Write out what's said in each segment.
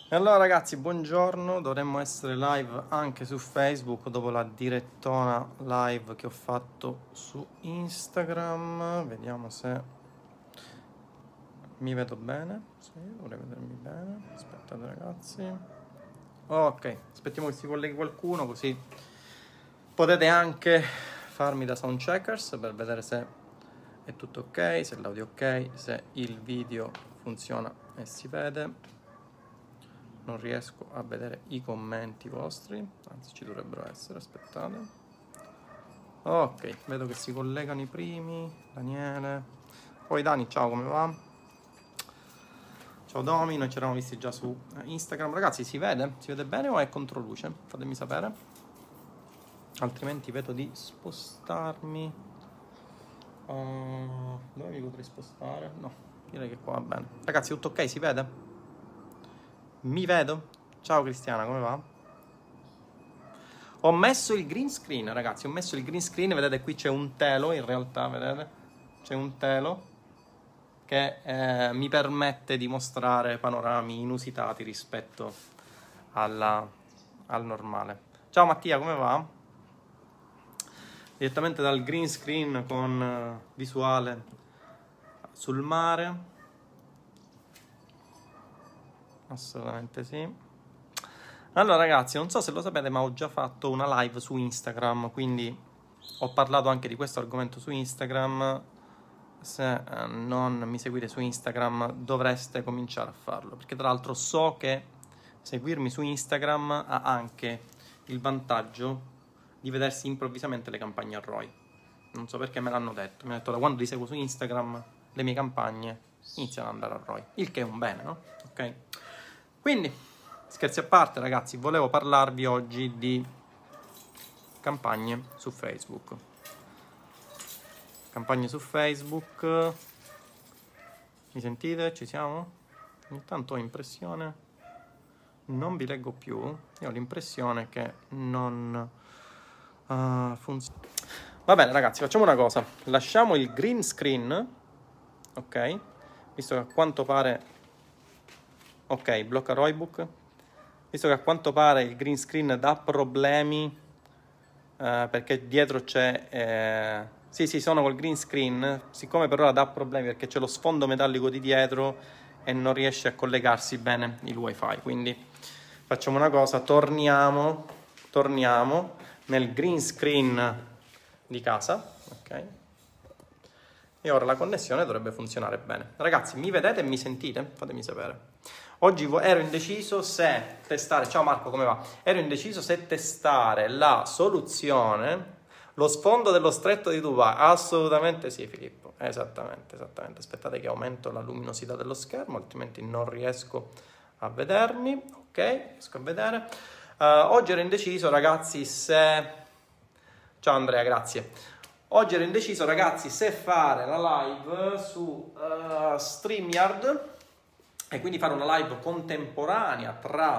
E allora ragazzi, buongiorno, dovremmo essere live anche su Facebook dopo la direttona live che ho fatto su Instagram. Vediamo se mi vedo bene. Sì, dovrei vedermi bene. Aspettate ragazzi. Ok, aspettiamo che si colleghi qualcuno così potete anche farmi da sound checkers per vedere se è tutto ok, se l'audio è ok, se il video funziona e si vede. Non riesco a vedere i commenti vostri, anzi ci dovrebbero essere, aspettate. Ok, vedo che si collegano i primi, Daniele. Poi Dani, ciao, come va? Ciao Domi, noi ci eravamo visti già su Instagram. Ragazzi, si vede? Si vede bene o è controluce? Fatemi sapere. Altrimenti vedo di spostarmi. Dove mi potrei spostare? No, direi che qua va bene. Ragazzi, tutto ok? Si vede? Mi vedo? Ciao Cristiana, come va? Ho messo il green screen, ragazzi, ho messo il green screen, vedete qui c'è un telo, in realtà, vedete? C'è un telo che mi permette di mostrare panorami inusitati rispetto al normale. Ciao Mattia, come va? Direttamente dal green screen con visuale sul mare. Assolutamente sì. Allora ragazzi, non so se lo sapete, ma ho già fatto una live su Instagram, quindi ho parlato anche di questo argomento su Instagram. Se non mi seguite su Instagram dovreste cominciare a farlo, perché tra l'altro so che seguirmi su Instagram ha anche il vantaggio di vedersi improvvisamente le campagne a ROI. Non so perché me l'hanno detto, mi hanno detto da quando li seguo su Instagram le mie campagne iniziano ad andare a ROI, il che è un bene, no? Ok? Quindi, scherzi a parte ragazzi, volevo parlarvi oggi di campagne su Facebook. Campagne su Facebook. Mi sentite? Ci siamo? Intanto ho impressione, non vi leggo più, io ho l'impressione che non funziona. Va bene ragazzi, facciamo una cosa, lasciamo il green screen, ok? Visto che a quanto pare... Ok, blocca Roybook. Visto che a quanto pare il green screen dà problemi perché dietro c'è... Sì, sono col green screen, siccome per ora dà problemi perché c'è lo sfondo metallico di dietro e non riesce a collegarsi bene il wifi. Quindi facciamo una cosa, torniamo nel green screen di casa, ok? E ora la connessione dovrebbe funzionare bene. Ragazzi, mi vedete e mi sentite? Fatemi sapere. Oggi ero indeciso se testare, ciao Marco, come va? Ero indeciso se testare la soluzione, lo sfondo dello stretto di Dubai. Assolutamente sì, Filippo, esattamente. Aspettate che aumento la luminosità dello schermo, altrimenti non riesco a vedermi. Ok, riesco a vedere. Oggi ero indeciso, ragazzi, se... Ciao Andrea, grazie. Oggi ero indeciso, ragazzi, se fare la live su StreamYard e quindi fare una live contemporanea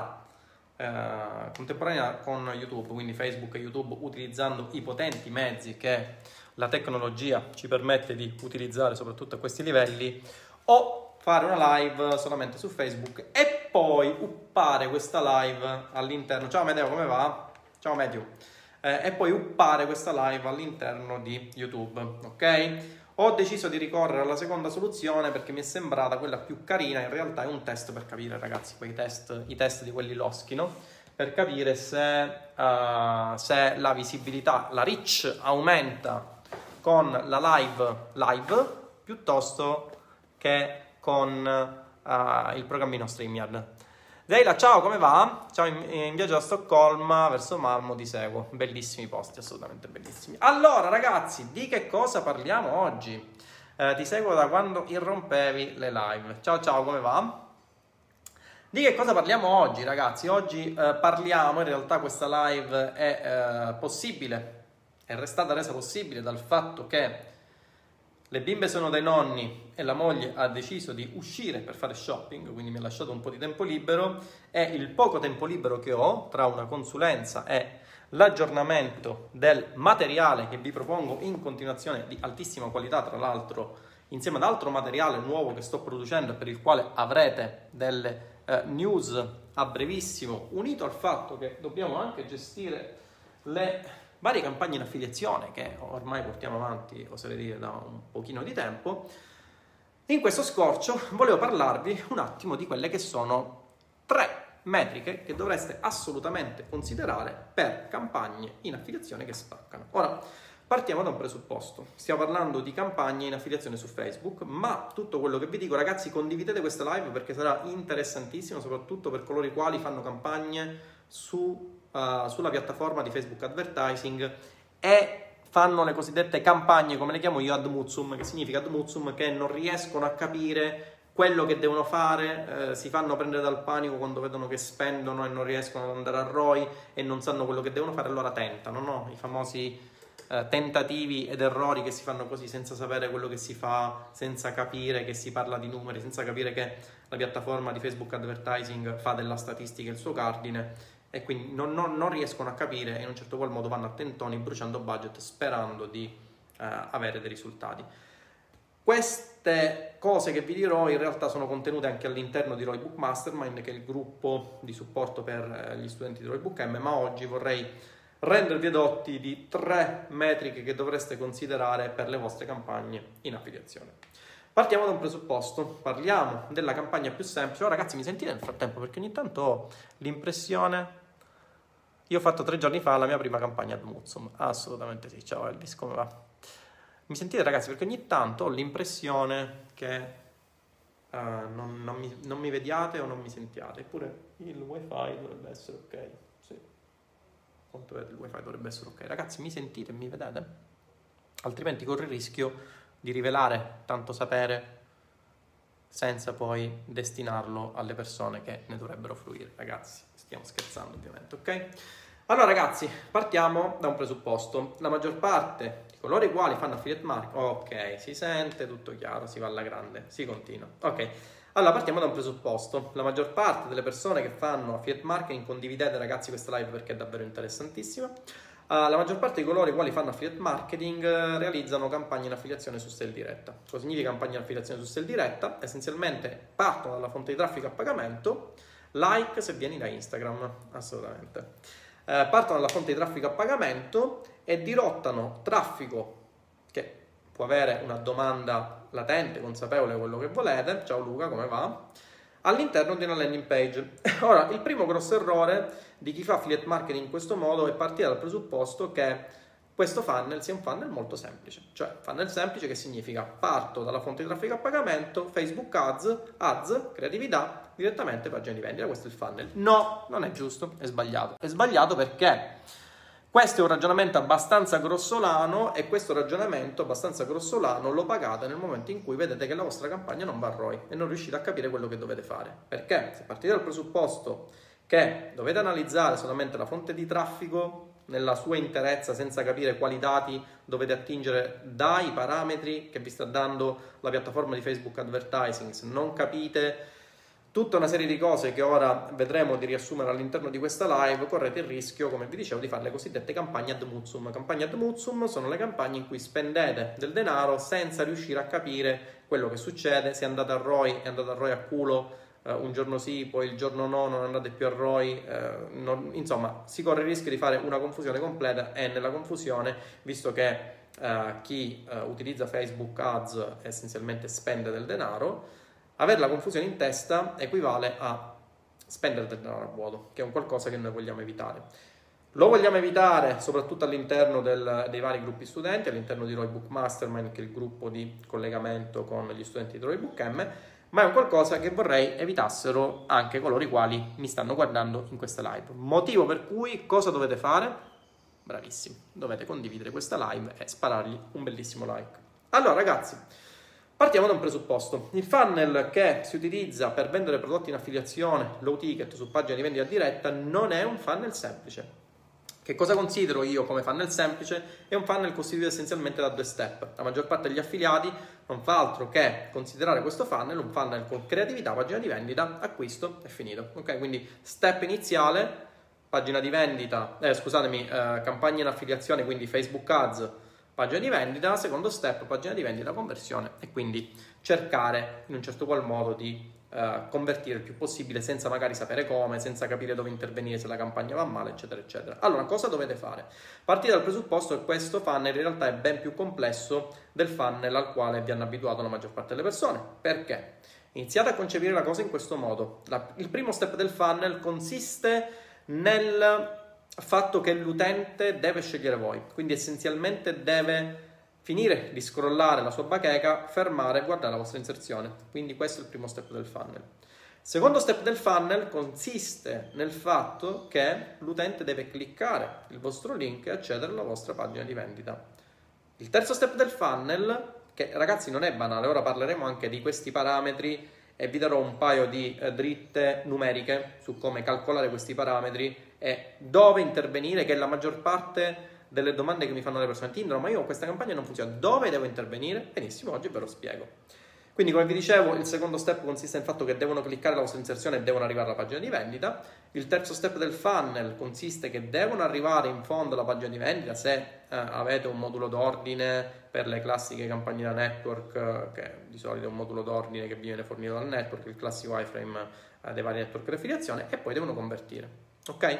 contemporanea con YouTube, quindi Facebook e YouTube, utilizzando i potenti mezzi che la tecnologia ci permette di utilizzare soprattutto a questi livelli, o fare una live solamente su Facebook e poi uppare questa live all'interno. Ciao Medeo, come va? Ciao Medio. E poi uppare questa live all'interno di YouTube, ok? Ho deciso di ricorrere alla seconda soluzione perché mi è sembrata quella più carina. In realtà è un test per capire, ragazzi, i test di quelli loschi, no? Per capire se la visibilità, la reach aumenta con la live piuttosto che con il programmino StreamYard. Leila, ciao, come va? Ciao, in viaggio da Stoccolma verso Malmo ti seguo. Bellissimi posti, assolutamente bellissimi. Allora, ragazzi, di che cosa parliamo oggi? Ti seguo da quando irrompevi le live. Ciao, come va? Di che cosa parliamo oggi, ragazzi? Oggi parliamo, in realtà questa live è possibile, è stata resa possibile dal fatto che le bimbe sono dai nonni e la moglie ha deciso di uscire per fare shopping, quindi mi ha lasciato un po' di tempo libero, e il poco tempo libero che ho tra una consulenza e l'aggiornamento del materiale che vi propongo in continuazione, di altissima qualità tra l'altro, insieme ad altro materiale nuovo che sto producendo e per il quale avrete delle news a brevissimo, unito al fatto che dobbiamo anche gestire le varie campagne in affiliazione che ormai portiamo avanti, oserei dire, da un pochino di tempo. In questo scorcio volevo parlarvi un attimo di quelle che sono 3 metriche che dovreste assolutamente considerare per campagne in affiliazione che spaccano. Ora, partiamo da un presupposto. Stiamo parlando di campagne in affiliazione su Facebook, ma tutto quello che vi dico, ragazzi, condividete questa live perché sarà interessantissimo, soprattutto per coloro i quali fanno campagne sulla piattaforma di Facebook Advertising e fanno le cosiddette campagne, come le chiamo io, ad mutsum, che significa ad mutsum, che non riescono a capire quello che devono fare, si fanno prendere dal panico quando vedono che spendono e non riescono ad andare a ROI e non sanno quello che devono fare, allora tentano, no? I famosi tentativi ed errori che si fanno così senza sapere quello che si fa, senza capire che si parla di numeri, senza capire che la piattaforma di Facebook Advertising fa della statistica il suo cardine e quindi non riescono a capire e in un certo qual modo vanno a tentoni bruciando budget sperando di avere dei risultati. Queste cose che vi dirò in realtà sono contenute anche all'interno di Roybook Mastermind, che è il gruppo di supporto per gli studenti di Roybook M, ma oggi vorrei rendervi edotti di 3 metriche che dovreste considerare per le vostre campagne in affiliazione. Partiamo da un presupposto, parliamo della campagna più semplice. Oh, ragazzi, mi sentite nel frattempo? Perché ogni tanto ho l'impressione... Io ho fatto 3 giorni fa la mia prima campagna ad Mutsum, assolutamente sì. Ciao Elvis, come va? Mi sentite, ragazzi? Perché ogni tanto ho l'impressione che non mi vediate o non mi sentiate, eppure il wifi dovrebbe essere ok. Sì, quanto vedete, il wifi dovrebbe essere ok. Ragazzi, mi sentite e mi vedete? Altrimenti corro il rischio di rivelare tanto sapere senza poi destinarlo alle persone che ne dovrebbero fruire. Ragazzi, stiamo scherzando ovviamente, ok? Allora ragazzi, partiamo da un presupposto. La maggior parte di coloro i quali fanno affiliate marketing, ok, si sente, tutto chiaro, si va alla grande, si continua, ok. Allora partiamo da un presupposto. La maggior parte delle persone che fanno affiliate marketing, condividete ragazzi questa live perché è davvero interessantissima. La maggior parte di coloro i quali fanno affiliate marketing realizzano campagne in affiliazione su Sale Diretta. Cosa significa campagna in affiliazione su Sale Diretta? Essenzialmente partono dalla fonte di traffico a pagamento, like se vieni da Instagram, assolutamente. Partono dalla fonte di traffico a pagamento e dirottano traffico che può avere una domanda latente, consapevole di quello che volete. Ciao Luca, come va? All'interno di una landing page. Ora, il primo grosso errore di chi fa affiliate marketing in questo modo è partire dal presupposto che questo funnel sia un funnel molto semplice. Cioè, funnel semplice che significa parto dalla fonte di traffico a pagamento, Facebook Ads, creatività, direttamente pagina di vendita. Questo è il funnel. No, non è giusto, è sbagliato. È sbagliato perché questo è un ragionamento abbastanza grossolano e questo ragionamento abbastanza grossolano lo pagate nel momento in cui vedete che la vostra campagna non va a ROI e non riuscite a capire quello che dovete fare. Perché se partite dal presupposto che dovete analizzare solamente la fonte di traffico nella sua interezza senza capire quali dati dovete attingere dai parametri che vi sta dando la piattaforma di Facebook Advertising, se non capite tutta una serie di cose che ora vedremo di riassumere all'interno di questa live, correte il rischio, come vi dicevo, di fare le cosiddette campagne ad mutsum. Campagne ad mutsum sono le campagne in cui spendete del denaro senza riuscire a capire quello che succede, se andate a ROI è andate a ROI a culo, un giorno sì, poi il giorno no, non andate più a ROI, insomma si corre il rischio di fare una confusione completa e nella confusione, visto che chi utilizza Facebook Ads essenzialmente spende del denaro, avere la confusione in testa equivale a spendere del denaro a vuoto, che è un qualcosa che noi vogliamo evitare. Lo vogliamo evitare soprattutto all'interno dei vari gruppi studenti, all'interno di Roybook Mastermind, che è il gruppo di collegamento con gli studenti di Roybook M, ma è un qualcosa che vorrei evitassero anche coloro i quali mi stanno guardando in questa live. Motivo per cui cosa dovete fare? Bravissimi, dovete condividere questa live e sparargli un bellissimo like. Allora ragazzi, partiamo da un presupposto. Il funnel che si utilizza per vendere prodotti in affiliazione, low ticket, su pagina di vendita diretta, non è un funnel semplice. Che cosa considero io come funnel semplice? È un funnel costituito essenzialmente da 2 step. La maggior parte degli affiliati non fa altro che considerare questo funnel un funnel con creatività, pagina di vendita, acquisto e finito. Ok, quindi step iniziale, pagina di vendita, campagna in affiliazione, quindi Facebook Ads, pagina di vendita, secondo step pagina di vendita, conversione, e quindi cercare in un certo qual modo di convertire il più possibile senza magari sapere come, senza capire dove intervenire se la campagna va male, eccetera eccetera. Allora, cosa dovete fare? Partite dal presupposto che questo funnel in realtà è ben più complesso del funnel al quale vi hanno abituato la maggior parte delle persone. Perché? Iniziate a concepire la cosa in questo modo. Il primo step del funnel consiste nel fatto che l'utente deve scegliere voi, quindi essenzialmente deve finire di scrollare la sua bacheca, fermare e guardare la vostra inserzione. Quindi questo è il primo step del funnel. Il secondo step del funnel consiste nel fatto che l'utente deve cliccare il vostro link e accedere alla vostra pagina di vendita. Il terzo step del funnel, che ragazzi non è banale, ora parleremo anche di questi parametri e vi darò un paio di dritte numeriche su come calcolare questi parametri e dove intervenire, che è la maggior parte delle domande che mi fanno le persone. Tindro, ma io con questa campagna non funziona, dove devo intervenire? Benissimo, oggi ve lo spiego. Quindi, come vi dicevo, il secondo step consiste nel fatto che devono cliccare la vostra inserzione e devono arrivare alla pagina di vendita. Il terzo step del funnel consiste che devono arrivare in fondo alla pagina di vendita se avete un modulo d'ordine per le classiche campagne da network, che di solito è un modulo d'ordine che viene fornito dal network, il classico iframe dei vari network di affiliazione, e poi devono convertire. Ok?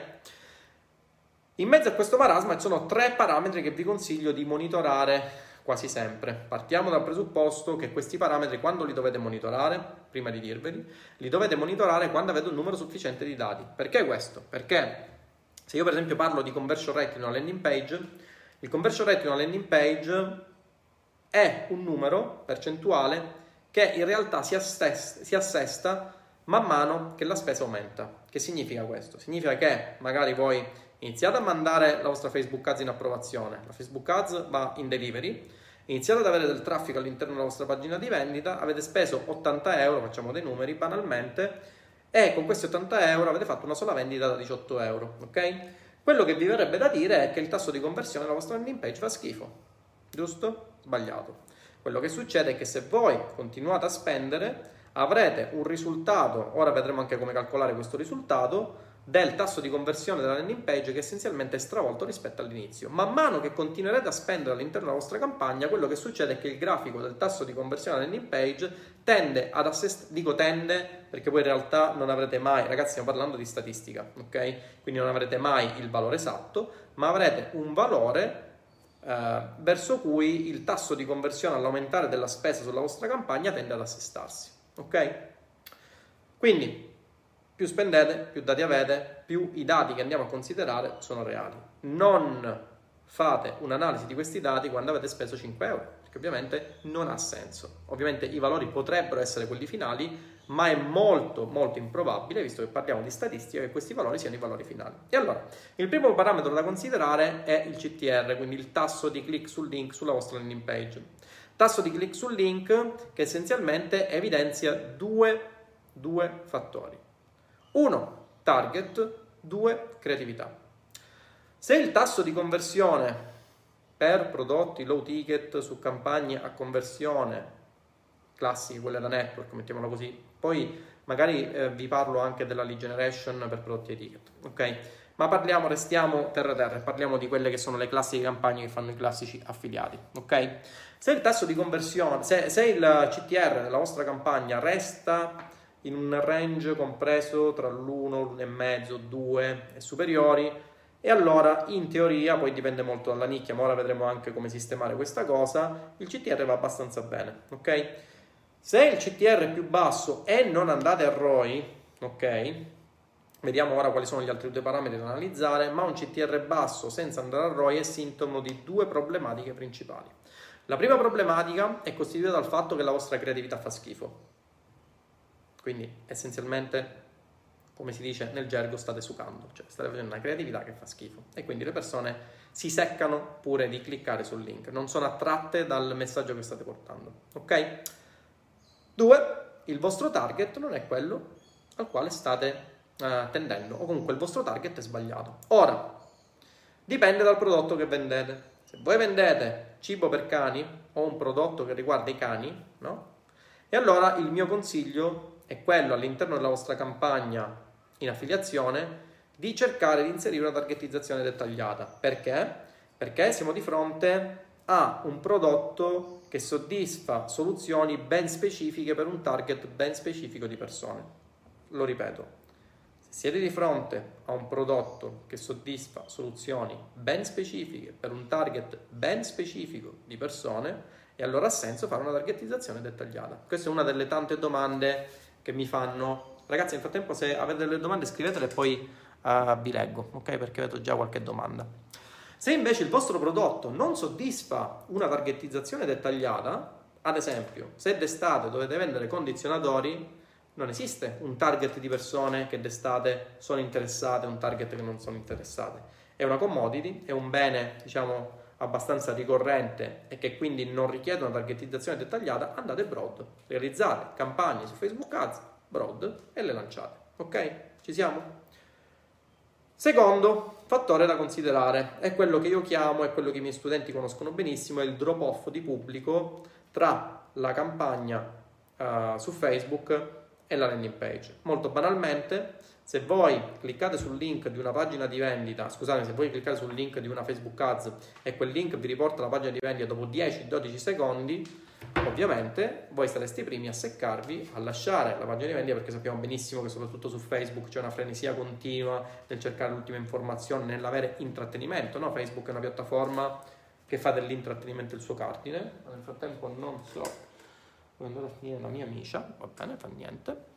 In mezzo a questo marasma ci sono 3 parametri che vi consiglio di monitorare quasi sempre. Partiamo dal presupposto che questi parametri, quando li dovete monitorare, prima di dirveli, li dovete monitorare quando avete un numero sufficiente di dati. Perché questo? Perché se io per esempio parlo di conversion rate in una landing page, il conversion rate in una landing page è un numero percentuale che in realtà si assesta man mano che la spesa aumenta. Che significa questo? Significa che magari voi iniziate a mandare la vostra Facebook Ads in approvazione, la Facebook Ads va in delivery, iniziate ad avere del traffico all'interno della vostra pagina di vendita, avete speso 80 euro, facciamo dei numeri banalmente, e con questi 80 euro avete fatto una sola vendita da 18 euro, ok? Quello che vi verrebbe da dire è che il tasso di conversione della vostra landing page fa schifo, giusto? Sbagliato. Quello che succede è che se voi continuate a spendere avrete un risultato, ora vedremo anche come calcolare questo risultato, del tasso di conversione della landing page che essenzialmente è stravolto rispetto all'inizio. Man mano che continuerete a spendere all'interno della vostra campagna, quello che succede è che il grafico del tasso di conversione della landing page tende ad assestare, dico tende perché voi in realtà non avrete mai, ragazzi stiamo parlando di statistica, ok? Quindi non avrete mai il valore esatto, ma avrete un valore verso cui il tasso di conversione all'aumentare della spesa sulla vostra campagna tende ad assestarsi, ok? Quindi più spendete, più dati avete, più i dati che andiamo a considerare sono reali. Non fate un'analisi di questi dati quando avete speso 5 euro, perché ovviamente non ha senso. Ovviamente i valori potrebbero essere quelli finali, ma è molto molto improbabile, visto che parliamo di statistica, che questi valori siano i valori finali. E allora, il primo parametro da considerare è il CTR, quindi il tasso di click sul link sulla vostra landing page. Tasso di click sul link che essenzialmente evidenzia due fattori. 1. Target, 2. Creatività. Se il tasso di conversione per prodotti low ticket su campagne a conversione classiche, quelle da network, mettiamola così, poi magari vi parlo anche della lead generation per prodotti high ticket, ok? Ma restiamo terra e parliamo di quelle che sono le classiche campagne che fanno i classici affiliati, ok? Se il tasso di conversione, se il CTR della vostra campagna resta in un range compreso tra l'1, l'1,5, 2 e superiori, e allora in teoria, poi dipende molto dalla nicchia, ma ora vedremo anche come sistemare questa cosa, il CTR va abbastanza bene, ok? Se il CTR è più basso e non andate a ROI, ok? Vediamo ora quali sono gli altri 2 parametri da analizzare, ma un CTR basso senza andare a ROI è sintomo di 2 problematiche principali. La prima problematica è costituita dal fatto che la vostra creatività fa schifo. Quindi essenzialmente, come si dice nel gergo, state sucando, cioè state facendo una creatività che fa schifo e quindi le persone si seccano pure di cliccare sul link, non sono attratte dal messaggio che state portando, ok? 2. Il vostro target non è quello al quale state tendendo, o comunque il vostro target è sbagliato. Ora, dipende dal prodotto che vendete. Se voi vendete cibo per cani o un prodotto che riguarda i cani, no? E allora il mio consiglio è quello all'interno della vostra campagna in affiliazione di cercare di inserire una targetizzazione dettagliata. Perché? Perché siamo di fronte ha un prodotto che soddisfa soluzioni ben specifiche per un target ben specifico di persone. Lo ripeto, se siete di fronte a un prodotto che soddisfa soluzioni ben specifiche per un target ben specifico di persone, e allora ha senso fare una targetizzazione dettagliata. Questa è una delle tante domande che mi fanno. Ragazzi, nel frattempo, se avete delle domande scrivetele e poi vi leggo, ok? Perché vedo già qualche domanda. Se invece il vostro prodotto non soddisfa una targetizzazione dettagliata, ad esempio, se d'estate dovete vendere condizionatori, non esiste un target di persone che d'estate sono interessate e un target che non sono interessate. È una commodity, è un bene, diciamo, abbastanza ricorrente e che quindi non richiede una targetizzazione dettagliata. Andate broad, realizzate campagne su Facebook Ads broad e le lanciate, ok? Ci siamo? Secondo fattore da considerare è quello che io chiamo, e quello che i miei studenti conoscono benissimo, è il drop off di pubblico tra la campagna su Facebook e la landing page. Molto banalmente, se voi cliccate sul link di una pagina di vendita, scusate, se voi cliccate sul link di una Facebook Ads e quel link vi riporta alla pagina di vendita dopo 10-12 secondi, ovviamente voi sareste i primi a seccarvi, a lasciare la pagina di vendita, perché sappiamo benissimo che soprattutto su Facebook c'è una frenesia continua nel cercare l'ultima informazione, nell'avere intrattenimento, no? Facebook è una piattaforma che fa dell'intrattenimento il suo cardine. Nel frattempo non so, devo andare a finire la mia micia, va bene, fa niente.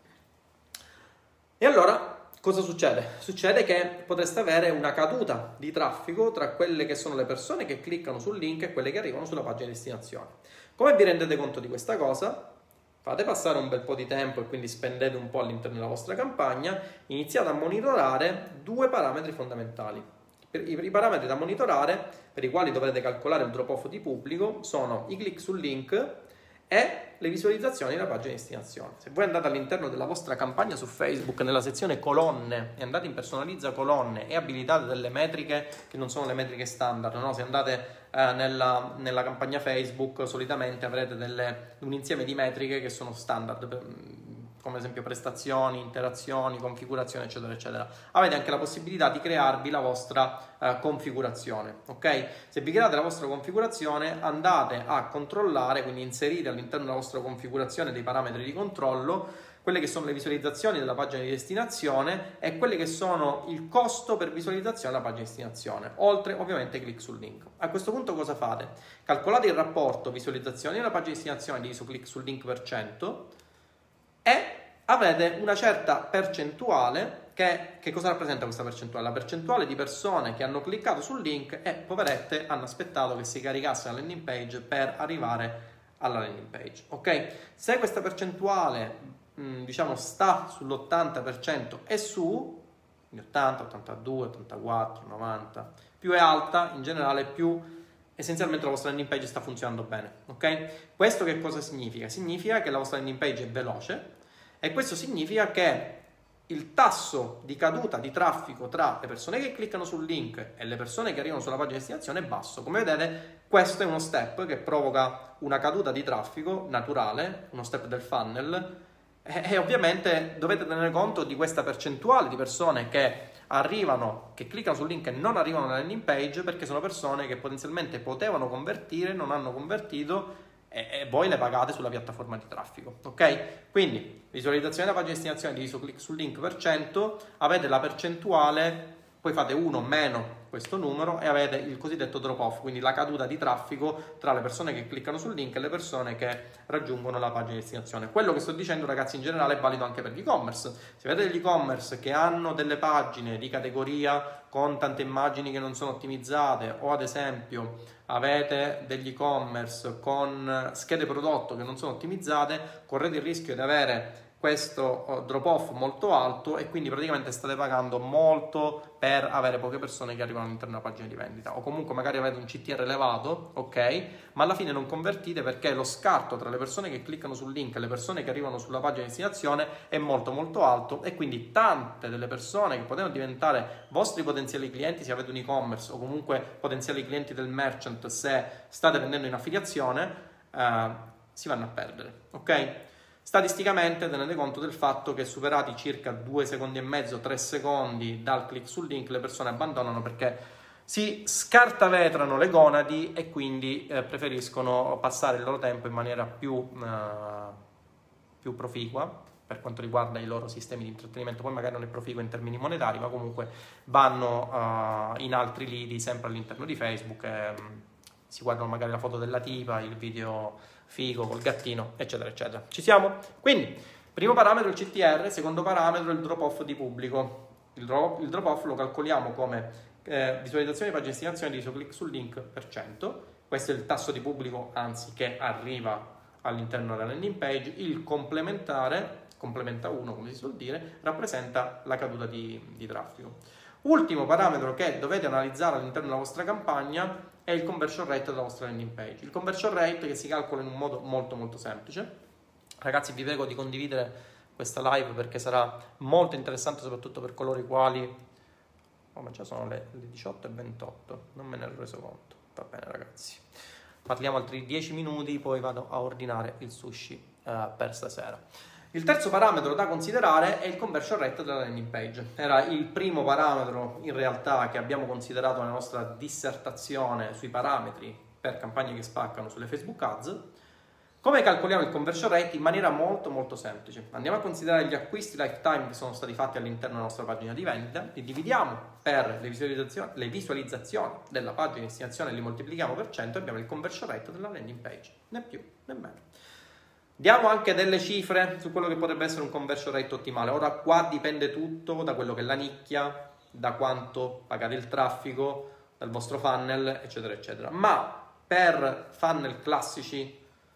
E allora cosa succede? Succede che potreste avere una caduta di traffico tra quelle che sono le persone che cliccano sul link e quelle che arrivano sulla pagina di destinazione. Come vi rendete conto di questa cosa? Fate passare un bel po' di tempo e quindi spendete un po' all'interno della vostra campagna, iniziate a monitorare due parametri fondamentali. I parametri da monitorare, per i quali dovrete calcolare il drop off di pubblico, sono i click sul link e le visualizzazioni della pagina di destinazione. Se voi andate all'interno della vostra campagna su Facebook, nella sezione colonne, e andate in personalizza colonne e abilitate delle metriche che non sono le metriche standard, no? Se andate nella campagna Facebook, solitamente avrete un insieme di metriche che sono standard, come ad esempio prestazioni, interazioni, configurazione, eccetera, eccetera. Avete anche la possibilità di crearvi la vostra configurazione, ok? Se vi create la vostra configurazione, andate a controllare, quindi inserite all'interno della vostra configurazione dei parametri di controllo quelle che sono le visualizzazioni della pagina di destinazione e quelle che sono il costo per visualizzazione della pagina di destinazione, oltre ovviamente ai click sul link. A questo punto cosa fate? Calcolate il rapporto visualizzazioni della pagina di destinazione diviso click sul link per cento e avete una certa percentuale. Che cosa rappresenta questa percentuale? La percentuale di persone che hanno cliccato sul link e, poverette, hanno aspettato che si caricasse la landing page per arrivare alla landing page, ok? Se questa percentuale diciamo sta sull'80% e su, quindi 80, 82, 84, 90, più è alta in generale, più essenzialmente la vostra landing page sta funzionando bene, ok? Questo che cosa significa? Significa che la vostra landing page è veloce e questo significa che il tasso di caduta di traffico tra le persone che cliccano sul link e le persone che arrivano sulla pagina di destinazione è basso. Come vedete, questo è uno step che provoca una caduta di traffico naturale, uno step del funnel, e ovviamente dovete tenere conto di questa percentuale di persone che arrivano, che cliccano sul link e non arrivano alla landing page, perché sono persone che potenzialmente potevano convertire, non hanno convertito e voi le pagate sulla piattaforma di traffico, ok? Quindi visualizzazione della pagina di destinazione diviso click sul link per cento, avete la percentuale, poi fate 1 meno questo numero e avete il cosiddetto drop off, quindi la caduta di traffico tra le persone che cliccano sul link e le persone che raggiungono la pagina di destinazione. Quello che sto dicendo, ragazzi, in generale è valido anche per gli e-commerce. Se avete degli e-commerce che hanno delle pagine di categoria con tante immagini che non sono ottimizzate, o ad esempio avete degli e-commerce con schede prodotto che non sono ottimizzate, correte il rischio di avere questo drop off molto alto e quindi praticamente state pagando molto per avere poche persone che arrivano all'interno della pagina di vendita, o comunque magari avete un CTR elevato, ok, ma alla fine non convertite perché lo scarto tra le persone che cliccano sul link e le persone che arrivano sulla pagina di destinazione è molto molto alto, e quindi tante delle persone che potevano diventare vostri potenziali clienti se avete un e-commerce, o comunque potenziali clienti del merchant se state vendendo in affiliazione, si vanno a perdere, ok? Statisticamente tenete conto del fatto che superati circa 2 secondi e mezzo, 3 secondi dal click sul link, le persone abbandonano, perché si scartavetrano le gonadi e quindi preferiscono passare il loro tempo in maniera più proficua per quanto riguarda i loro sistemi di intrattenimento. Poi magari non è proficuo in termini monetari, ma comunque vanno in altri lidi sempre all'interno di Facebook e si guardano magari la foto della tipa, il video figo col gattino, eccetera eccetera. Ci siamo? Quindi primo parametro il CTR, secondo parametro il drop off di pubblico. Il drop off lo calcoliamo come visualizzazione di pagina di destinazione di click sul link per cento. Questo è il tasso di pubblico, anzi, che arriva all'interno della landing page. Il complementare, complementa 1 come si suol dire, rappresenta la caduta di traffico. Ultimo parametro che dovete analizzare all'interno della vostra campagna è il conversion rate della vostra landing page. Il conversion rate che si calcola in un modo molto molto semplice. Ragazzi, vi prego di condividere questa live perché sarà molto interessante soprattutto per coloro i quali... Oh, ma già sono le 18:28, non me ne ero reso conto. Va bene ragazzi, parliamo altri 10 minuti, poi vado a ordinare il sushi per stasera. Il terzo parametro da considerare è il conversion rate della landing page. Era il primo parametro in realtà che abbiamo considerato nella nostra dissertazione sui parametri per campagne che spaccano sulle Facebook Ads. Come calcoliamo il conversion rate? In maniera molto molto semplice. Andiamo a considerare gli acquisti lifetime che sono stati fatti all'interno della nostra pagina di vendita, li dividiamo per le visualizzazioni della pagina di destinazione e li moltiplichiamo per 100 e abbiamo il conversion rate della landing page, né più né meno. Diamo anche delle cifre su quello che potrebbe essere un conversion rate ottimale. Ora qua dipende tutto da quello che è la nicchia, da quanto pagate il traffico, dal vostro funnel, eccetera eccetera. Ma per funnel classici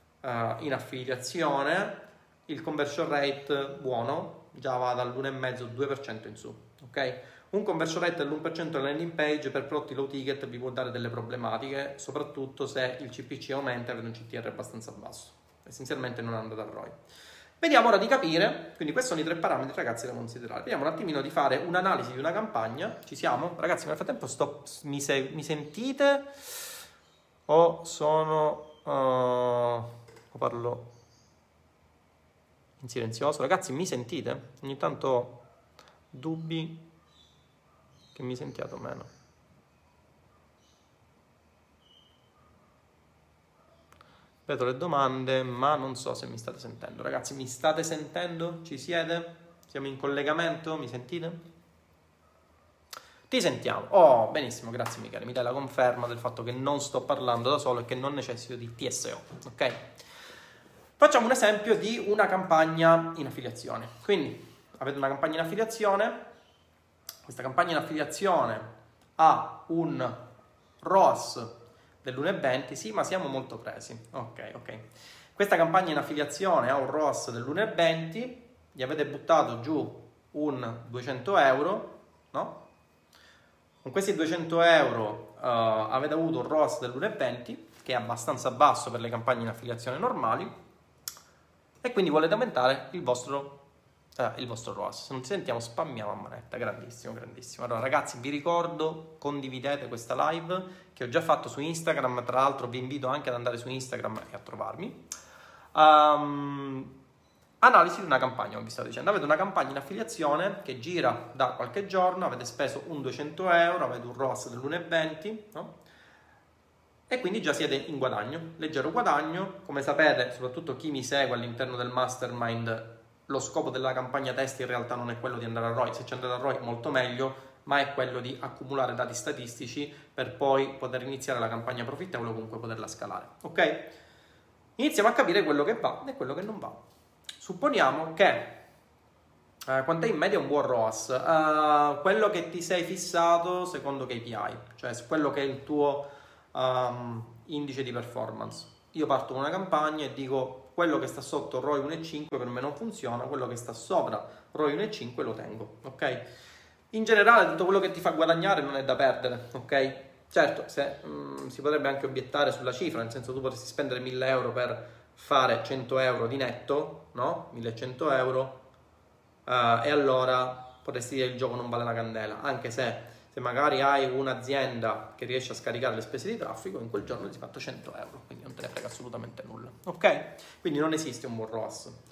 in affiliazione il conversion rate buono già va dall'1,5-2% in su, ok? Un conversion rate dell'1% della landing page per prodotti low ticket vi può dare delle problematiche, soprattutto se il CPC aumenta e avete un CTR abbastanza basso, essenzialmente non andate a ROI. Vediamo ora di capire, quindi questi sono i 3 parametri ragazzi da considerare. Vediamo un attimino di fare un'analisi di una campagna. Ci siamo? Ragazzi, nel frattempo mi sentite o sono... o parlo in silenzioso? Ragazzi, mi sentite? Ogni tanto ho dubbi che mi sentiate o meno. Ripeto le domande, ma non so se mi state sentendo. Ragazzi, mi state sentendo? Ci siete? Siamo in collegamento? Mi sentite? Ti sentiamo. Oh, benissimo, grazie Michele. Mi dai la conferma del fatto che non sto parlando da solo e che non necessito di TSO, ok? Facciamo un esempio di una campagna in affiliazione. Quindi avete una campagna in affiliazione, questa campagna in affiliazione ha un ROAS dell'1,20, sì, ma siamo molto presi. Ok. Questa campagna in affiliazione ha un ROAS dell'1,20, gli avete buttato giù un 200 euro, no? Con questi 200 euro avete avuto un ROAS dell'1,20, che è abbastanza basso per le campagne in affiliazione normali, e quindi volete aumentare il vostro ROAS. Se non ti sentiamo, spammiamo a manetta. Grandissimo, grandissimo. Allora ragazzi, vi ricordo, condividete questa live che ho già fatto su Instagram. Tra l'altro vi invito anche ad andare su Instagram e a trovarmi. Analisi di una campagna, come vi stavo dicendo. Avete una campagna in affiliazione che gira da qualche giorno, avete speso un 200 euro, avete un ROAS dell'1,20, no? E quindi già siete in guadagno, leggero guadagno. Come sapete, soprattutto chi mi segue all'interno del mastermind, lo scopo della campagna test in realtà non è quello di andare a ROI. Se ci andate a ROI molto meglio, ma è quello di accumulare dati statistici per poi poter iniziare la campagna profittevole o comunque poterla scalare, ok? Iniziamo a capire quello che va e quello che non va. Supponiamo che quant'è in media un buon ROAS? Quello che ti sei fissato secondo KPI, cioè quello che è il tuo indice di performance. Io parto con una campagna e dico quello che sta sotto ROI 1,5 per me non funziona, quello che sta sopra ROI 1,5 lo tengo, ok? In generale tutto quello che ti fa guadagnare non è da perdere, ok? Certo, si potrebbe anche obiettare sulla cifra, nel senso tu potresti spendere 1000 euro per fare 100 euro di netto, no? 1100 euro, e allora potresti dire il gioco non vale la candela, anche se magari hai un'azienda che riesce a scaricare le spese di traffico, in quel giorno ti hai fatto 100 euro, quindi non te ne frega assolutamente nulla, ok? Quindi non esiste un buon ROAS.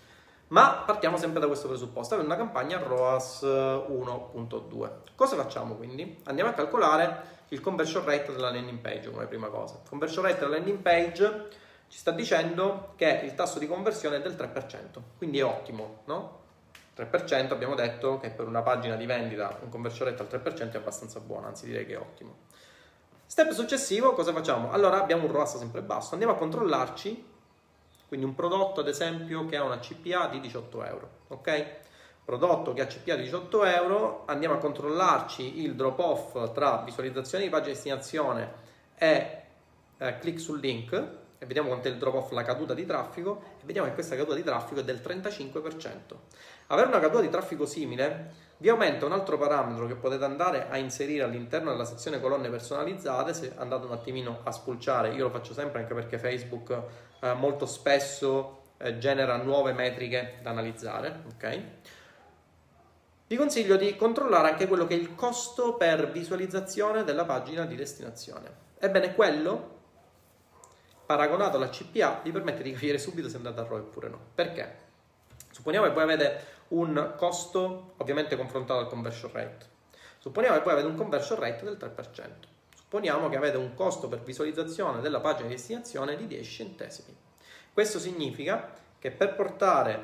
Ma partiamo sempre da questo presupposto, avere una campagna ROAS 1.2. Cosa facciamo quindi? Andiamo a calcolare il conversion rate della landing page come prima cosa. Il conversion rate della landing page ci sta dicendo che il tasso di conversione è del 3%, quindi è ottimo, no? 3% abbiamo detto che per una pagina di vendita un conversion rate al 3% è abbastanza buono, anzi direi che è ottimo. Step successivo, cosa facciamo? Allora abbiamo un ROAS sempre basso, andiamo a controllarci. Quindi un prodotto, ad esempio, che ha una CPA di 18 euro, ok? Prodotto che ha CPA di 18 euro, andiamo a controllarci il drop-off tra visualizzazione di pagina di destinazione e click sul link, e vediamo quanto è il drop-off, la caduta di traffico, e vediamo che questa caduta di traffico è del 35%. Avere una caduta di traffico simile vi aumenta un altro parametro che potete andare a inserire all'interno della sezione colonne personalizzate, se andate un attimino a spulciare. Io lo faccio sempre anche perché Facebook molto spesso genera nuove metriche da analizzare, ok? Vi consiglio di controllare anche quello che è il costo per visualizzazione della pagina di destinazione. Ebbene, quello paragonato alla CPA vi permette di capire subito se andate a ROI oppure no. Perché? Supponiamo che voi avete un costo ovviamente confrontato al conversion rate. Supponiamo che voi avete un conversion rate del 3%. Supponiamo che avete un costo per visualizzazione della pagina di destinazione di 10 centesimi. Questo significa che per portare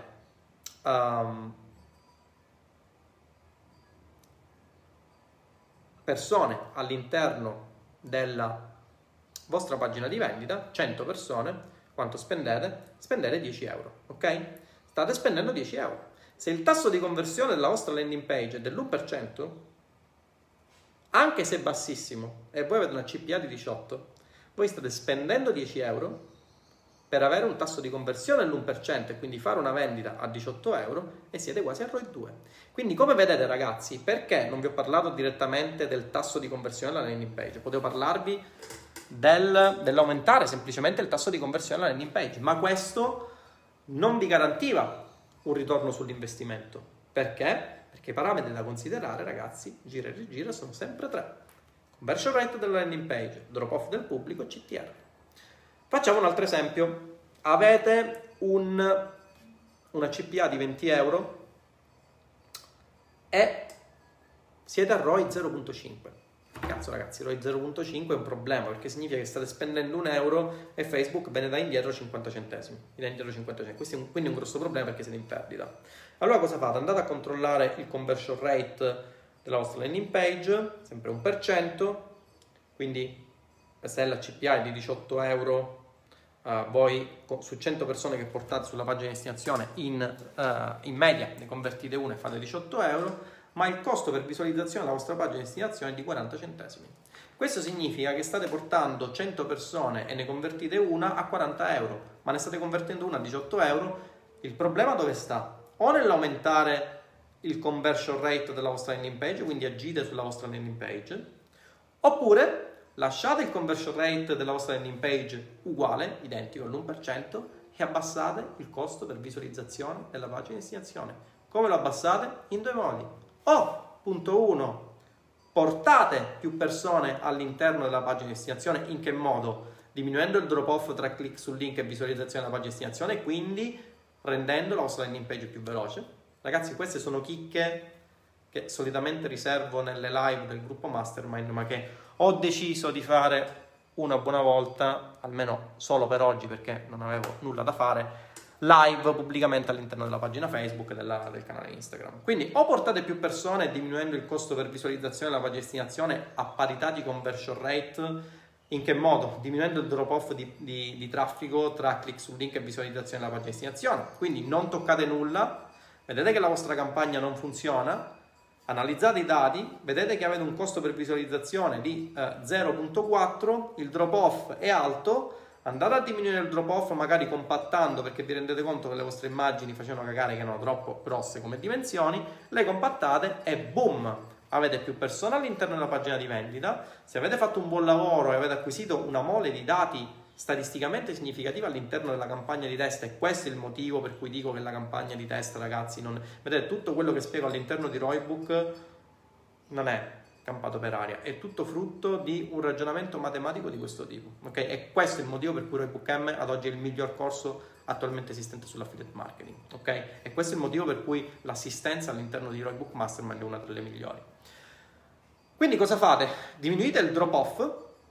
persone all'interno della vostra pagina di vendita, 100 persone, quanto spendete? Spendete 10 euro, ok? State spendendo 10 euro. Se il tasso di conversione della vostra landing page è dell'1%, anche se bassissimo, e voi avete una CPA di 18, voi state spendendo 10 euro per avere un tasso di conversione all'1% e quindi fare una vendita a 18 euro e siete quasi a ROI 2. Quindi come vedete ragazzi, perché non vi ho parlato direttamente del tasso di conversione della landing page? Potevo parlarvi dell'aumentare semplicemente il tasso di conversione della landing page, ma questo non vi garantiva un ritorno sull'investimento. Perché? Perché i parametri da considerare, ragazzi, gira e rigira, sono sempre 3. Conversion rate della landing page, drop off del pubblico e CTR. Facciamo un altro esempio. Avete una CPA di 20 euro e siete a ROI 0.5. Cazzo ragazzi, ROI 0.5 è un problema, perché significa che state spendendo 1 euro e Facebook ve ne dà indietro 50 centesimi. Vi dà indietro 50 centesimi. Questo quindi è un grosso problema perché siete in perdita. Allora cosa fate? Andate a controllare il conversion rate della vostra landing page, sempre 1%, quindi se la CPA è di 18 euro, voi su 100 persone che portate sulla pagina di destinazione in media ne convertite una e fate 18 euro, ma il costo per visualizzazione della vostra pagina di destinazione è di 40 centesimi. Questo significa che state portando 100 persone e ne convertite una a 40 euro, ma ne state convertendo una a 18 euro. Il problema dove sta? O nell'aumentare il conversion rate della vostra landing page, quindi agite sulla vostra landing page, oppure lasciate il conversion rate della vostra landing page uguale, identico all'1%, e abbassate il costo per visualizzazione della pagina di destinazione. Come lo abbassate? In due modi. O, punto 1, portate più persone all'interno della pagina di destinazione. In che modo? Diminuendo il drop off tra click sul link e visualizzazione della pagina di destinazione, e quindi rendendo la vostra landing page più veloce. Ragazzi, queste sono chicche che solitamente riservo nelle live del gruppo Mastermind, ma che ho deciso di fare una buona volta, almeno solo per oggi perché non avevo nulla da fare, live pubblicamente all'interno della pagina Facebook e del canale Instagram. Quindi o portate più persone diminuendo il costo per visualizzazione della pagina di destinazione a parità di conversion rate. In che modo? Diminuendo il drop off di traffico tra click sul link e visualizzazione della pagina di destinazione. Quindi non toccate nulla, vedete che la vostra campagna non funziona, analizzate i dati, vedete che avete un costo per visualizzazione di 0.4, il drop off è alto, andate a diminuire il drop off magari compattando, perché vi rendete conto che le vostre immagini facevano cagare, che erano troppo grosse come dimensioni, le compattate e boom! Avete più persone all'interno della pagina di vendita. Se avete fatto un buon lavoro e avete acquisito una mole di dati statisticamente significativa all'interno della campagna di test, e questo è il motivo per cui dico che la campagna di test, ragazzi, vedete, tutto quello che spiego all'interno di Roybook non è campato per aria. È tutto frutto di un ragionamento matematico di questo tipo, ok? E questo è il motivo per cui Roybook M ad oggi è il miglior corso attualmente esistente sull'affiliate marketing, ok? E questo è il motivo per cui l'assistenza all'interno di Roybook Mastermind è una delle migliori. Quindi cosa fate? Diminuite il drop off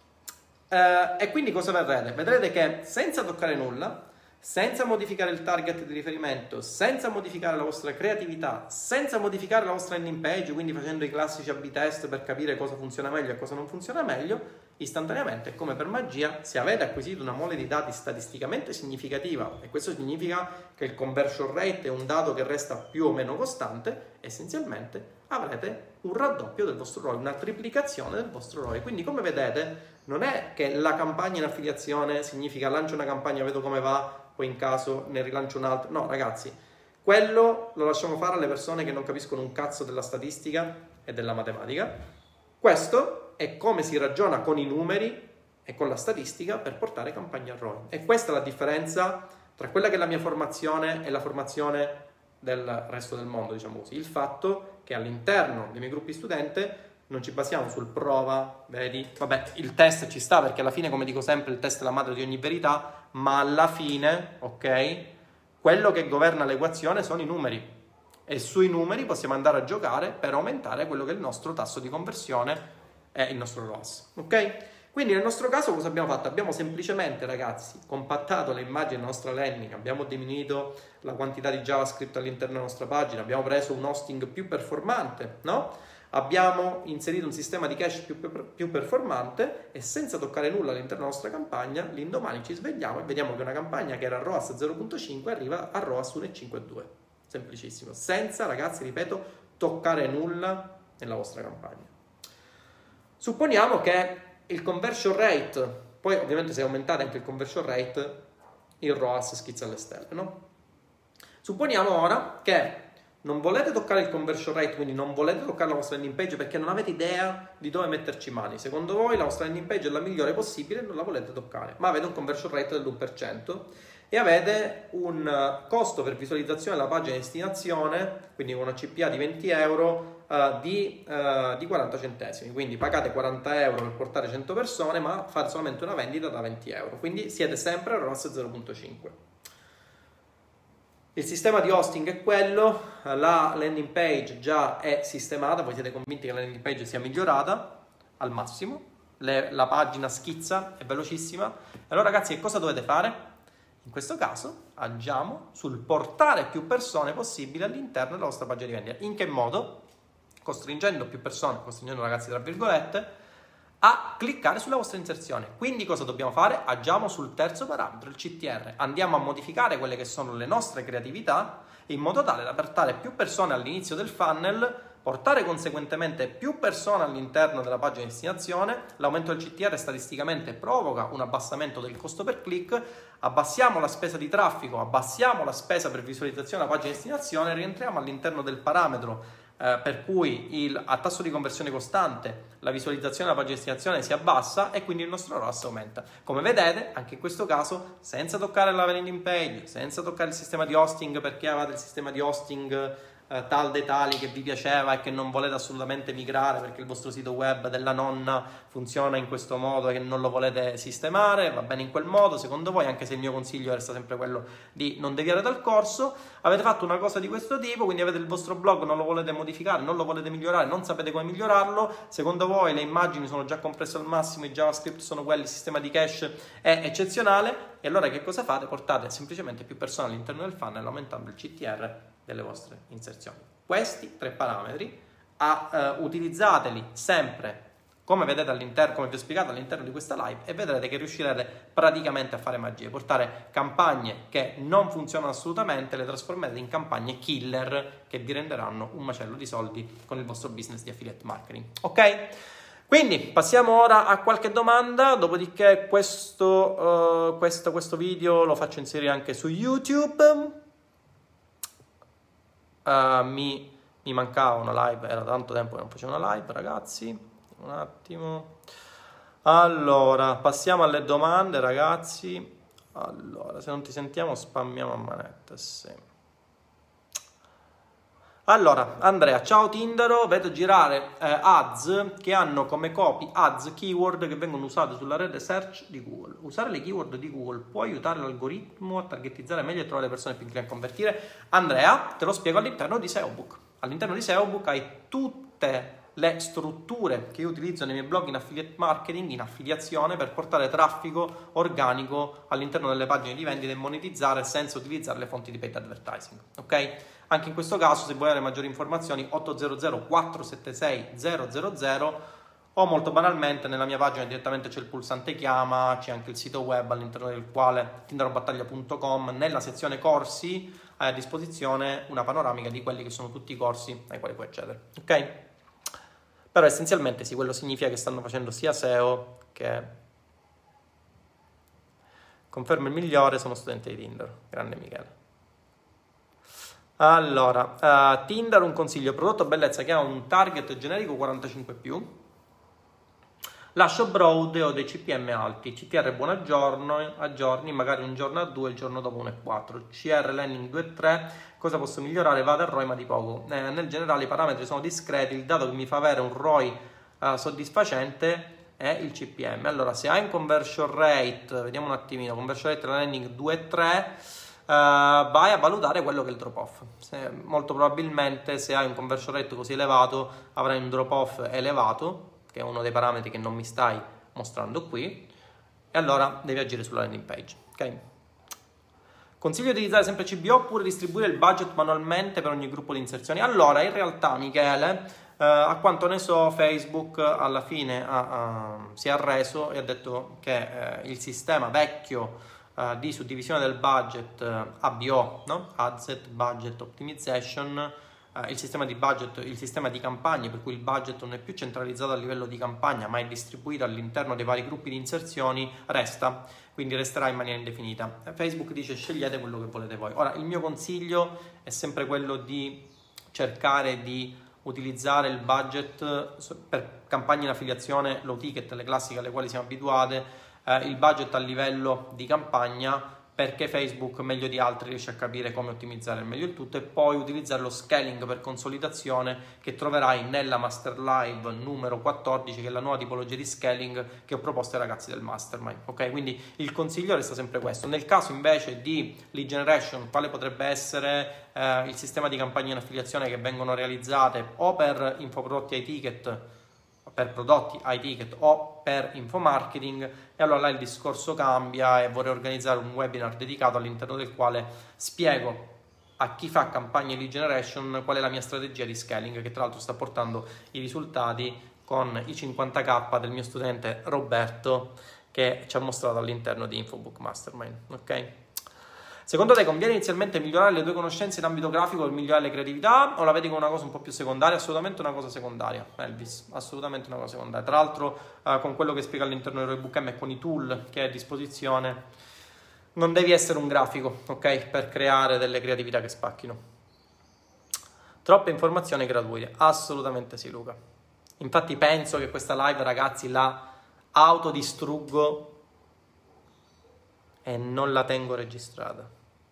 e quindi cosa vedrete? Vedrete che senza toccare nulla, senza modificare il target di riferimento, senza modificare la vostra creatività, senza modificare la vostra landing page, quindi facendo i classici A/B test per capire cosa funziona meglio e cosa non funziona meglio, istantaneamente, come per magia, se avete acquisito una mole di dati statisticamente significativa, e questo significa che il conversion rate è un dato che resta più o meno costante, essenzialmente avrete un raddoppio del vostro ROI, una triplicazione del vostro ROI. Quindi, come vedete, non è che la campagna in affiliazione significa lancio una campagna, vedo come va, poi in caso ne rilancio un'altra. No, ragazzi, quello lo lasciamo fare alle persone che non capiscono un cazzo della statistica e della matematica. Questo è come si ragiona con i numeri e con la statistica per portare campagne a ROI. E questa è la differenza tra quella che è la mia formazione e la formazione del resto del mondo, diciamo così. Il fatto che all'interno dei miei gruppi studente non ci basiamo sul prova, vedi? Vabbè, il test ci sta perché alla fine, come dico sempre, il test è la madre di ogni verità, ma alla fine, ok, quello che governa l'equazione sono i numeri e sui numeri possiamo andare a giocare per aumentare quello che è il nostro tasso di conversione e il nostro ROAS, ok? Quindi nel nostro caso cosa abbiamo fatto? Abbiamo semplicemente, ragazzi, compattato le immagini della nostra landing, abbiamo diminuito la quantità di JavaScript all'interno della nostra pagina, abbiamo preso un hosting più performante, no? Abbiamo inserito un sistema di cache più performante e senza toccare nulla all'interno della nostra campagna, l'indomani ci svegliamo e vediamo che una campagna che era a ROAS 0.5 arriva a ROAS 1.52. Semplicissimo. Senza, ragazzi, ripeto, toccare nulla nella vostra campagna. Supponiamo che il conversion rate, poi ovviamente se aumentate anche il conversion rate, il ROAS schizza alle stelle, no? Supponiamo ora che non volete toccare il conversion rate, quindi non volete toccare la vostra landing page perché non avete idea di dove metterci mani. Secondo voi la vostra landing page è la migliore possibile e non la volete toccare, ma avete un conversion rate dell'1% e avete un costo per visualizzazione della pagina di destinazione, quindi una CPA di 20 euro di 40 centesimi. Quindi pagate 40 euro per portare 100 persone, ma fate solamente una vendita da 20 euro. Quindi siete sempre a ROAS 0.5. Il sistema di hosting è quello, la landing page già è sistemata, voi siete convinti che la landing page sia migliorata al massimo, la pagina schizza, è velocissima. Allora ragazzi, che cosa dovete fare? In questo caso agiamo sul portare più persone possibile all'interno della vostra pagina di vendita. In che modo? Costringendo più persone, costringendo ragazzi tra virgolette, a cliccare sulla vostra inserzione. Quindi cosa dobbiamo fare? Agiamo sul terzo parametro, il CTR. Andiamo a modificare quelle che sono le nostre creatività in modo tale da portare più persone all'inizio del funnel, portare conseguentemente più persone all'interno della pagina di destinazione. L'aumento del CTR statisticamente provoca un abbassamento del costo per click, abbassiamo la spesa di traffico, abbassiamo la spesa per visualizzazione della pagina di destinazione, rientriamo all'interno del parametro per cui a tasso di conversione costante la visualizzazione della pagina di destinazione si abbassa e quindi il nostro ROAS aumenta. Come vedete, anche in questo caso, senza toccare la landing page, senza toccare il sistema di hosting perché avete il sistema di hosting tal dei tali che vi piaceva e che non volete assolutamente migrare perché il vostro sito web della nonna funziona in questo modo e che non lo volete sistemare, va bene in quel modo secondo voi, anche se il mio consiglio resta sempre quello di non deviare dal corso. Avete fatto una cosa di questo tipo, quindi avete il vostro blog, non lo volete modificare, non lo volete migliorare, non sapete come migliorarlo, secondo voi le immagini sono già compresse al massimo, i JavaScript sono quelli, il sistema di cache è eccezionale, e allora che cosa fate? Portate semplicemente più persone all'interno del funnel aumentando il CTR delle vostre inserzioni. Questi tre parametri utilizzateli sempre come vedete all'interno, come vi ho spiegato all'interno di questa live, e vedrete che riuscirete praticamente a fare magie, portare campagne che non funzionano assolutamente, le trasformate in campagne killer che vi renderanno un macello di soldi con il vostro business di affiliate marketing. Ok? Quindi passiamo ora a qualche domanda, dopodiché questo video lo faccio inserire anche su YouTube. Mi mancava una live, era tanto tempo che non facevo una live, ragazzi. Un attimo. Allora, passiamo alle domande, ragazzi. Allora, se non ti sentiamo spammiamo a manetta, sì. Allora, Andrea, ciao Tindaro, vedo girare ads che hanno come copy ads keyword che vengono usate sulla rete search di Google. Usare le keyword di Google può aiutare l'algoritmo a targetizzare meglio e trovare le persone più incline a convertire? Andrea, te lo spiego all'interno di SEObook. All'interno di SEObook hai tutte le strutture che io utilizzo nei miei blog in affiliate marketing, in affiliazione, per portare traffico organico all'interno delle pagine di vendita e monetizzare senza utilizzare le fonti di paid advertising, ok? Anche in questo caso, se vuoi avere maggiori informazioni, 800 476 000 o molto banalmente nella mia pagina direttamente c'è il pulsante chiama, c'è anche il sito web all'interno del quale tindarobattaglia.com, nella sezione corsi hai a disposizione una panoramica di quelli che sono tutti i corsi ai quali puoi accedere, ok? Però essenzialmente sì, quello significa che stanno facendo sia SEO che conferma il migliore, sono studente di Tinder. Grande Michele. Allora, Tinder, un consiglio, prodotto bellezza che ha un target generico 45+, lascio broad e ho dei CPM alti, CTR buon aggiorni, magari un giorno a 2, il giorno dopo 1,4, CR landing 2,3, cosa posso migliorare? Vado al ROI ma di poco. Nel generale i parametri sono discreti, il dato che mi fa avere un ROI soddisfacente è il CPM. Allora, se hai un conversion rate, vediamo un attimino, conversion rate landing 2,3, vai a valutare quello che è il drop off. Molto probabilmente se hai un conversion rate così elevato avrai un drop off elevato, che è uno dei parametri che non mi stai mostrando qui, e allora devi agire sulla landing page, ok? Consiglio di utilizzare sempre CBO oppure distribuire il budget manualmente per ogni gruppo di inserzioni? Allora, in realtà, Michele, a quanto ne so, Facebook alla fine si è arreso e ha detto che il sistema vecchio di suddivisione del budget ABO, no? Adset Budget Optimization, il sistema di budget, il sistema di campagne, per cui il budget non è più centralizzato a livello di campagna ma è distribuito all'interno dei vari gruppi di inserzioni, resta, quindi resterà in maniera indefinita. Facebook dice scegliete quello che volete voi. Ora, il mio consiglio è sempre quello di cercare di utilizzare il budget per campagne in affiliazione, low ticket, le classiche alle quali siamo abituati, il budget a livello di campagna, perché Facebook meglio di altri riesce a capire come ottimizzare meglio il tutto, e poi utilizzare lo scaling per consolidazione che troverai nella Master Live numero 14, che è la nuova tipologia di scaling che ho proposto ai ragazzi del Mastermind, ok? Quindi il consiglio resta sempre questo. Nel caso invece di lead generation, quale potrebbe essere il sistema di campagne in affiliazione che vengono realizzate o per infoprodotti ai ticket, per prodotti high ticket o per infomarketing, e allora là il discorso cambia e vorrei organizzare un webinar dedicato all'interno del quale spiego a chi fa campagne lead generation qual è la mia strategia di scaling, che tra l'altro sta portando i risultati con i 50k del mio studente Roberto, che ci ha mostrato all'interno di Infobook Mastermind, ok? Secondo te conviene inizialmente migliorare le tue conoscenze in ambito grafico per migliorare le creatività, o la vedi come una cosa un po' più secondaria? Assolutamente una cosa secondaria, Elvis, assolutamente una cosa secondaria. Tra l'altro con quello che spiega all'interno del Ebook M e con i tool che hai a disposizione non devi essere un grafico, ok? Per creare delle creatività che spacchino. Troppe informazioni gratuite, assolutamente sì Luca. Infatti penso che questa live, ragazzi, la autodistruggo e non la tengo registrata.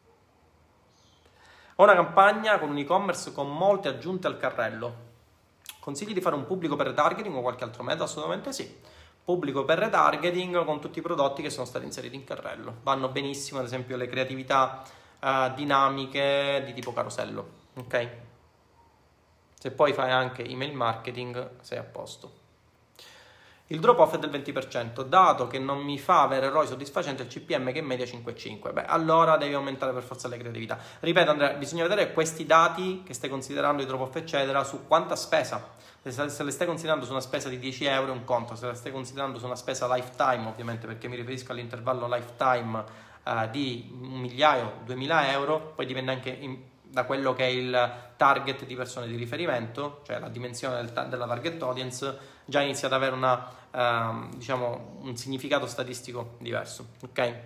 Ho una campagna con un e-commerce con molte aggiunte al carrello. Consigli di fare un pubblico per retargeting o qualche altro metodo? Assolutamente sì. Pubblico per retargeting con tutti i prodotti che sono stati inseriti in carrello. Vanno benissimo, ad esempio, le creatività dinamiche di tipo carosello. Ok? Se poi fai anche email marketing, sei a posto. Il drop off è del 20%, dato che non mi fa avere ROI soddisfacente il CPM che è in media 5,5. Beh, allora devi aumentare per forza le creatività. Ripeto Andrea, bisogna vedere questi dati che stai considerando, i drop off eccetera, su quanta spesa. Se le stai considerando su una spesa di 10 euro è un conto, se le stai considerando su una spesa lifetime, ovviamente perché mi riferisco all'intervallo lifetime di 1.000.000, 2.000 euro, poi dipende anche da quello che è il target di persone di riferimento, cioè la dimensione della target audience, già inizia ad avere diciamo, un significato statistico diverso, ok?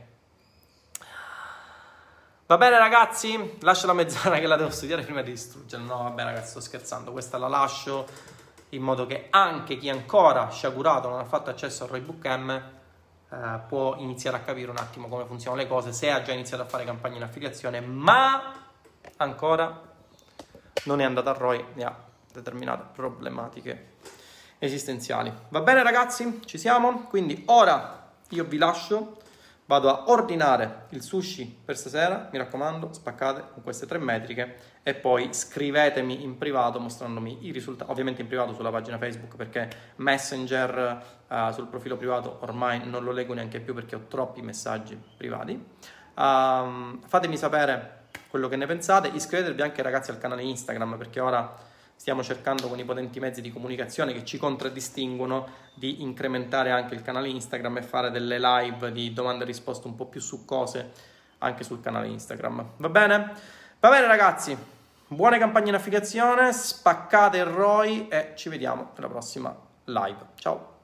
Va bene ragazzi? Lascio la mezz'ora che la devo studiare prima di distruggere. No, vabbè ragazzi, sto scherzando, questa la lascio in modo che anche chi ancora sciagurato non ha fatto accesso al Ebook M può iniziare a capire un attimo come funzionano le cose, se ha già iniziato a fare campagne in affiliazione, ma ancora non è andata a ROI e ha determinate problematiche esistenziali. Va bene ragazzi? Ci siamo? Quindi ora io vi lascio, vado a ordinare il sushi per stasera, mi raccomando, spaccate con queste 3 metriche e poi scrivetemi in privato mostrandomi i risultati, ovviamente in privato sulla pagina Facebook, perché Messenger sul profilo privato ormai non lo leggo neanche più perché ho troppi messaggi privati. Fatemi sapere quello che ne pensate, iscrivetevi anche ragazzi al canale Instagram, perché ora stiamo cercando con i potenti mezzi di comunicazione che ci contraddistinguono di incrementare anche il canale Instagram e fare delle live di domande e risposte un po' più succose anche sul canale Instagram. Va bene? Va bene ragazzi, buone campagne in affiliazione, spaccate il ROI e ci vediamo nella prossima live. Ciao!